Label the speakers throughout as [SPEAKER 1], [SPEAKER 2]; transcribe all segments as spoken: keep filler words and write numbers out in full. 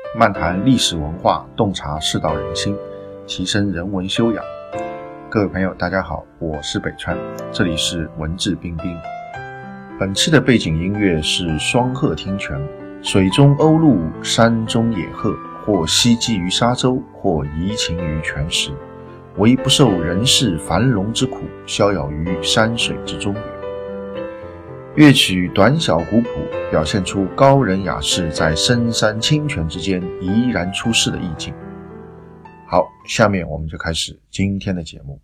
[SPEAKER 1] 漫谈历史文化，洞察世道人心，提升人文修养。各位朋友大家好，我是北川，这里是文质彬彬。本期的背景音乐是双鹤听泉，水中鸥鹭，山中野鹤，或栖寄于沙洲，或移情于泉石，唯不受人世繁荣之苦，逍遥于山水之中。乐曲短小古朴，表现出高人雅士在深山清泉之间怡然出世的意境。好，下面我们就开始今天的节目。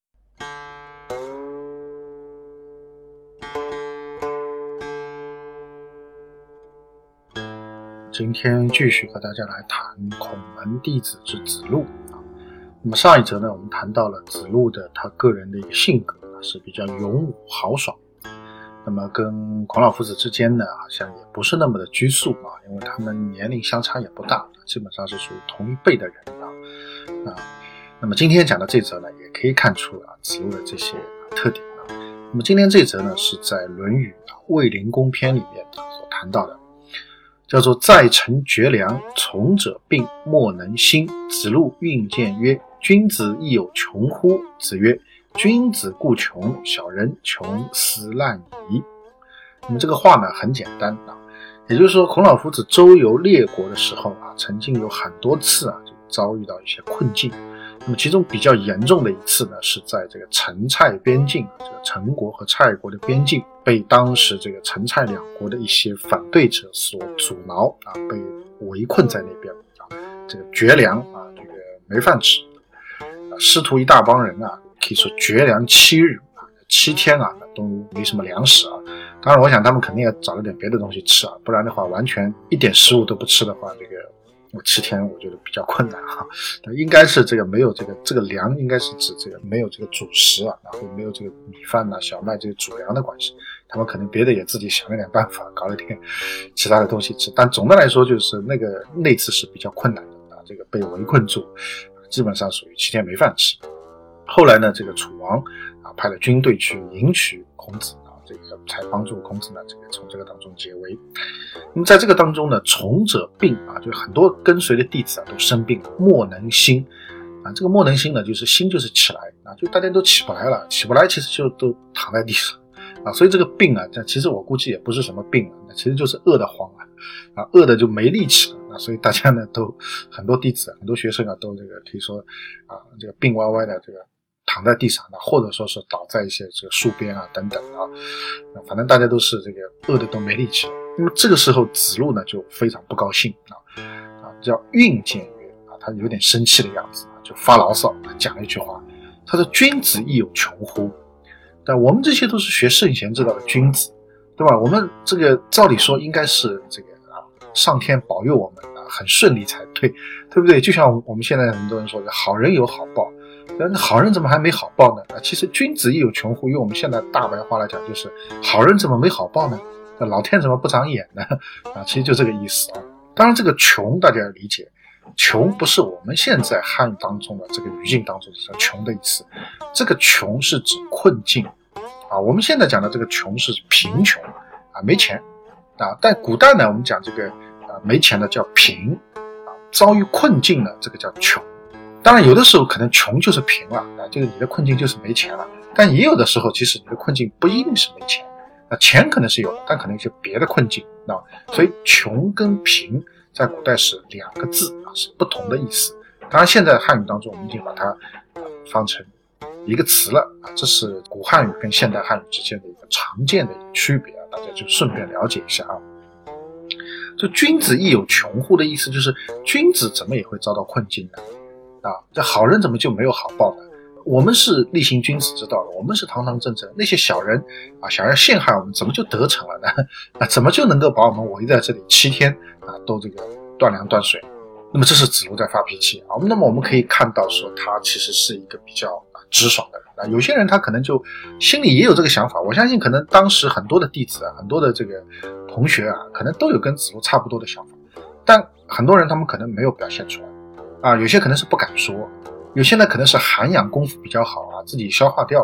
[SPEAKER 2] 今天继续和大家来谈孔门弟子之子路。那么上一则呢，我们谈到了子路的他个人的一个性格是比较勇武豪爽，那么跟孔老夫子之间呢，好像也不是那么的拘束啊，因为他们年龄相差也不大，基本上是属于同一辈的人啊。啊，那么今天讲的这则呢，也可以看出啊子路的这些特点啊。那么今天这则呢，是在《论语》啊卫灵公篇里面啊所谈到的，叫做在臣绝粮，从者病，莫能兴。子路运见曰：君子亦有穷乎？子曰：君子固穷，小人穷斯滥矣。那么这个话呢很简单啊，也就是说孔老夫子周游列国的时候啊，曾经有很多次啊就遭遇到一些困境。那么其中比较严重的一次呢，是在这个陈蔡边境，这个陈国和蔡国的边境被当时这个陈蔡两国的一些反对者所阻挠啊，被围困在那边啊，这个绝粮啊，这个没饭吃啊，师徒一大帮人啊，可以说绝粮七日啊，七天啊都没什么粮食啊。当然我想他们肯定要找了点别的东西吃啊，不然的话完全一点食物都不吃的话，这个我七天我觉得比较困难哈、啊，应该是这个没有这个这个粮，应该是指这个没有这个主食啊，然后没有这个米饭呐、啊、小麦这个主粮的关系，他们可能别的也自己想了点办法，搞了点其他的东西吃，但总的来说就是那个那次是比较困难的啊，这个被围困住，基本上属于七天没饭吃。后来呢，这个楚王啊派了军队去迎娶孔子。这个才帮助孔子呢，这个从这个当中解围。那么在这个当中呢，从者病啊，就很多跟随的弟子啊都生病了，莫能兴啊。这个莫能兴呢，就是兴就是起来啊，就大家都起不来了，起不来其实就都躺在地上啊。所以这个病啊，其实我估计也不是什么病啊，其实就是饿得慌啊，啊饿的就没力气了啊。所以大家呢都很多弟子很多学生啊都这个可以说啊这个病歪歪的这个。躺在地上的，或者说是倒在一些这个树边啊等等啊，反正大家都是这个饿的都没力气了。那么这个时候子路呢就非常不高兴啊，啊叫运见曰啊，他有点生气的样子，就发牢骚，讲了一句话，他说：君子亦有穷乎？但我们这些都是学圣贤之道的君子，对吧？我们这个照理说应该是这个啊，上天保佑我们啊很顺利才对，对不对？就像我们现在很多人说的，好人有好报。那好人怎么还没好报呢？啊，其实君子亦有穷乎？用我们现在大白话来讲，就是好人怎么没好报呢？那老天怎么不长眼呢？啊，其实就这个意思啊。当然，这个穷大家要理解，穷不是我们现在汉语当中的这个语境当中的穷的意思，这个穷是指困境啊。我们现在讲的这个穷是贫穷啊，没钱啊。但古代呢，我们讲这个啊没钱的叫贫啊，遭遇困境呢，这个叫穷。当然有的时候可能穷就是贫了啊，就是你的困境就是没钱了，但也有的时候其实你的困境不一定是没钱，那钱可能是有的，但可能有些别的困境啊。所以穷跟贫在古代是两个字啊，是不同的意思。当然现在汉语当中我们已经把它放成一个词了啊，这是古汉语跟现代汉语之间的一个常见的一个区别啊，大家就顺便了解一下啊。就君子亦有穷乎的意思，就是君子怎么也会遭到困境呢？啊，这好人怎么就没有好报呢？我们是力行君子之道的，我们是堂堂正正，那些小人啊，想要陷害我们，怎么就得逞了呢？啊，怎么就能够把我们围在这里七天啊，都这个断粮断水？那么这是子路在发脾气啊。那么我们可以看到说，他其实是一个比较直爽的人啊。有些人他可能就心里也有这个想法，我相信可能当时很多的弟子啊，很多的这个同学啊，可能都有跟子路差不多的想法，但很多人他们可能没有表现出来。啊，有些可能是不敢说，有些呢可能是涵养功夫比较好啊，自己消化掉了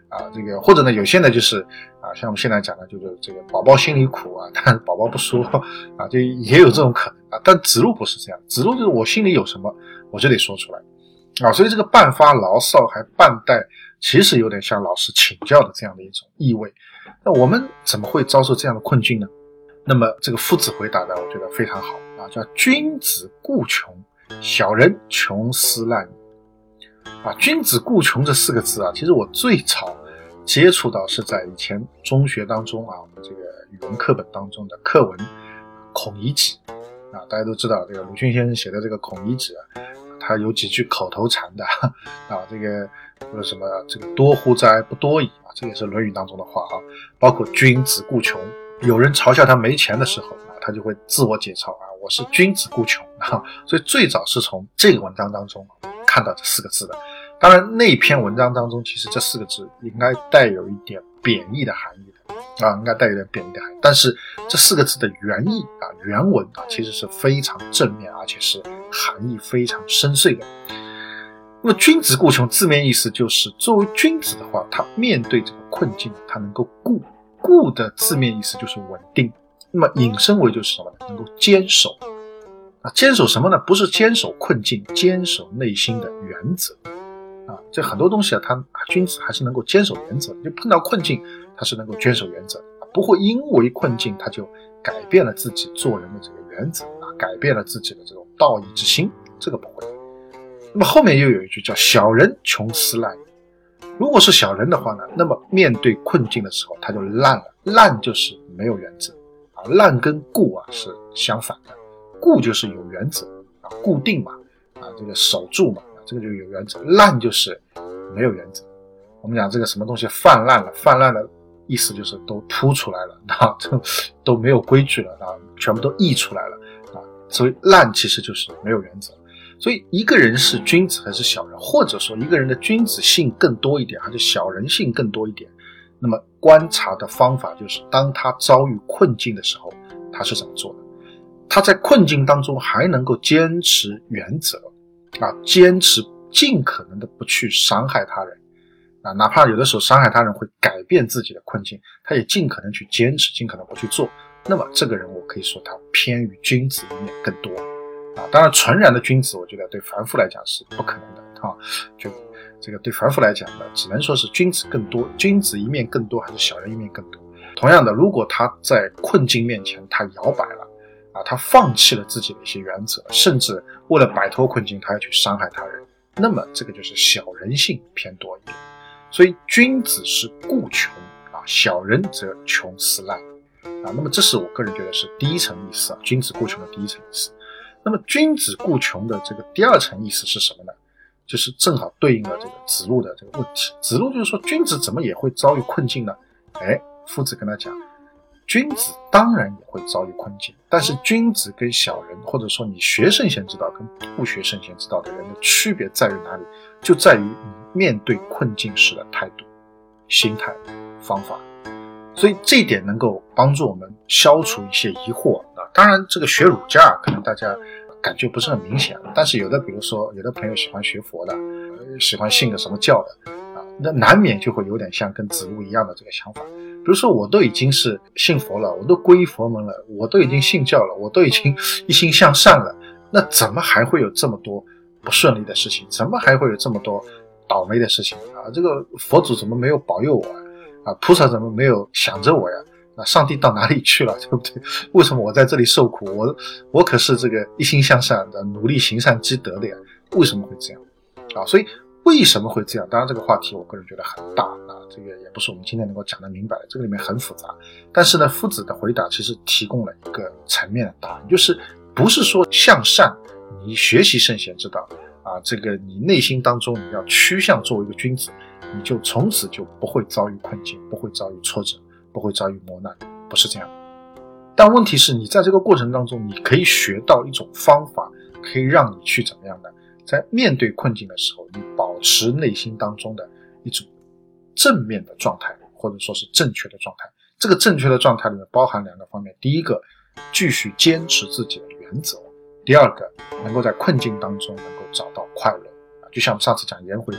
[SPEAKER 2] 啊，这个或者呢，有些呢就是啊，像我们现在讲的，就是这个宝宝心里苦啊，但是宝宝不说啊，就也有这种可能啊。但子路不是这样，子路就是我心里有什么，我就得说出来啊。所以这个半发牢骚还半带，其实有点向老师请教的这样的一种意味。那我们怎么会遭受这样的困境呢？那么这个夫子回答的，我觉得非常好啊，叫君子固穷，小人穷斯滥啊。君子固穷这四个字啊，其实我最早接触到是在以前中学当中啊，我们这个语文课本当中的课文《孔乙己》啊，大家都知道这个鲁迅先生写的这个《孔乙己》啊，他有几句口头禅的啊，这个什么这个多乎哉不多矣啊，这也是《论语》当中的话啊，包括君子固穷，有人嘲笑他没钱的时候啊，他就会自我解嘲啊，我是君子固穷啊，所以最早是从这个文章当中看到这四个字的。当然那篇文章当中其实这四个字应该带有一点贬义的含义的啊，应该带有一点贬义的含义，但是这四个字的原意啊，原文啊其实是非常正面，而且是含义非常深邃的。那么君子固穷字面意思就是作为君子的话，他面对这个困境他能够固，固的字面意思就是稳定，那么引申为就是什么呢？能够坚守啊，坚守什么呢？不是坚守困境，坚守内心的原则啊，这很多东西啊，他君子还是能够坚守原则，就碰到困境他是能够坚守原则，不会因为困境他就改变了自己做人的这个原则啊，改变了自己的这种道义之心，这个不会。那么后面又有一句叫小人穷斯滥，如果是小人的话呢，那么面对困境的时候他就烂了，烂就是没有原则啊，烂跟固啊是相反的，固就是有原则啊，固定嘛啊，这个守住嘛，这个就有原则，烂就是没有原则。我们讲这个什么东西泛滥了，泛滥的意思就是都凸出来了啊，都都没有规矩了啊，全部都溢出来了啊，所以烂其实就是没有原则。所以一个人是君子还是小人，或者说一个人的君子性更多一点还是小人性更多一点，那么观察的方法就是当他遭遇困境的时候他是怎么做的，他在困境当中还能够坚持原则啊，坚持尽可能的不去伤害他人啊，哪怕有的时候伤害他人会改变自己的困境，他也尽可能去坚持，尽可能不去做，那么这个人我可以说他偏于君子一面更多啊。当然纯然的君子我觉得对凡夫来讲是不可能的啊，就这个对凡夫来讲呢，只能说是君子更多，君子一面更多还是小人一面更多。同样的，如果他在困境面前他摇摆了啊，他放弃了自己的一些原则，甚至为了摆脱困境他要去伤害他人，那么这个就是小人性偏多一点。所以君子是固穷啊，小人则穷斯滥啊。那么这是我个人觉得是第一层意思啊，君子固穷的第一层意思。那么君子固穷的这个第二层意思是什么呢？就是正好对应了这个子路的这个问题。子路就是说君子怎么也会遭遇困境呢？哎，夫子跟他讲，君子当然也会遭遇困境，但是君子跟小人，或者说你学圣贤之道跟不学圣贤之道的人的区别在于哪里？就在于你面对困境时的态度、心态、方法。所以这一点能够帮助我们消除一些疑惑啊。当然这个学儒家可能大家感觉不是很明显，但是有的比如说有的朋友喜欢学佛的，喜欢信个什么教的啊，那难免就会有点像跟子路一样的这个想法。比如说我都已经是信佛了，我都皈依佛门了，我都已经信教了，我都已经一心向善了，那怎么还会有这么多不顺利的事情，怎么还会有这么多倒霉的事情啊？这个佛祖怎么没有保佑我啊？菩萨怎么没有想着我呀？啊，上帝到哪里去了，对不对？为什么我在这里受苦？我我可是这个一心向善的，努力行善积德的呀，为什么会这样啊？所以为什么会这样？当然这个话题我个人觉得很大啊，这个也不是我们今天能够讲得明白的，这个里面很复杂。但是呢，夫子的回答其实提供了一个层面的答案，就是不是说向善，你学习圣贤之道啊，这个你内心当中你要趋向作为一个君子，你就从此就不会遭遇困境，不会遭遇挫折，不会遭遇磨难，不是这样。但问题是你在这个过程当中，你可以学到一种方法，可以让你去怎么样呢？在面对困境的时候，你保持内心当中的一种正面的状态，或者说是正确的状态。这个正确的状态里面包含两个方面，第一个，继续坚持自己的原则，第二个，能够在困境当中能够找到快乐。就像我们上次讲颜回方，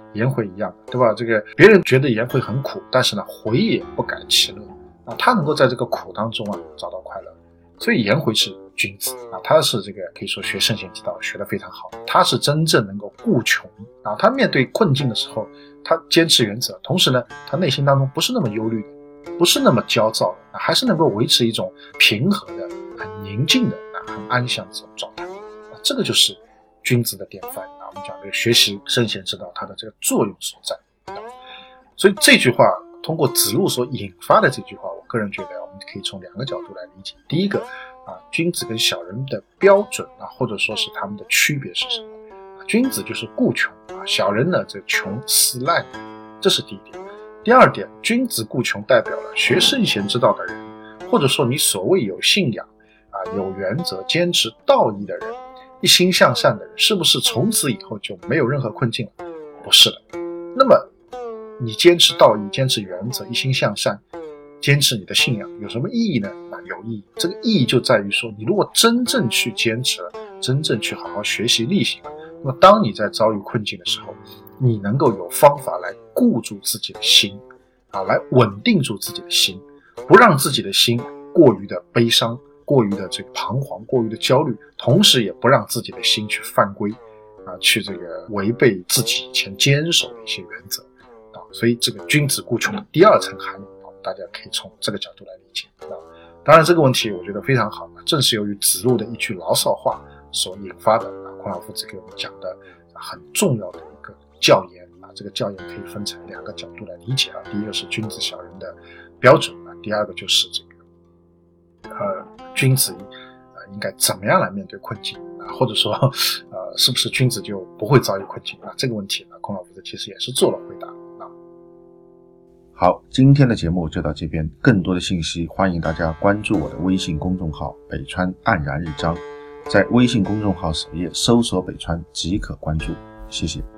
[SPEAKER 2] 颜回一样，对吧？这个别人觉得颜回很苦，但是呢，回也不改其乐啊，他能够在这个苦当中啊找到快乐。所以颜回是君子啊，他是这个可以说学圣贤之道学得非常好，他是真正能够固穷啊，他面对困境的时候，他坚持原则，同时呢，他内心当中不是那么忧虑的，不是那么焦躁的，还是能够维持一种平和的、很宁静的、很安详的这种状态啊，这个就是君子的典范啊。我们讲这个学习圣贤之道，它的这个作用所在啊。所以这句话通过子路所引发的这句话，我个人觉得我们可以从两个角度来理解。第一个啊，君子跟小人的标准啊，或者说是他们的区别是什么？君子就是固穷啊，小人呢这穷思滥，这是第一点。第二点，君子固穷代表了学圣贤之道的人，或者说你所谓有信仰啊、有原则、坚持道义的人，一心向善的人，是不是从此以后就没有任何困境了？不是的。那么你坚持道义、坚持原则、一心向善，坚持你的信仰有什么意义呢？那有意义。这个意义就在于说，你如果真正去坚持了，真正去好好学习力行了，那么当你在遭遇困境的时候，你能够有方法来固住自己的心啊，来稳定住自己的心，不让自己的心过于的悲伤，过于的这个彷徨，过于的焦虑，同时也不让自己的心去犯规啊，去这个违背自己以前坚守的一些原则啊。所以这个君子固穷的第二层含义啊，大家可以从这个角度来理解啊。当然这个问题我觉得非常好，正是由于子路的一句牢骚话所引发的啊，孔老夫子给我们讲的很重要的一个教言啊，这个教言可以分成两个角度来理解啊。第一个是君子小人的标准啊，第二个就是这个呃君子呃应该怎么样来面对困境啊，或者说呃是不是君子就不会遭遇困境啊？这个问题呢，孔老夫子其实也是做了回答啊。
[SPEAKER 1] 好，今天的节目就到这边，更多的信息欢迎大家关注我的微信公众号北川黯然日章，在微信公众号首页搜索北川即可关注，谢谢。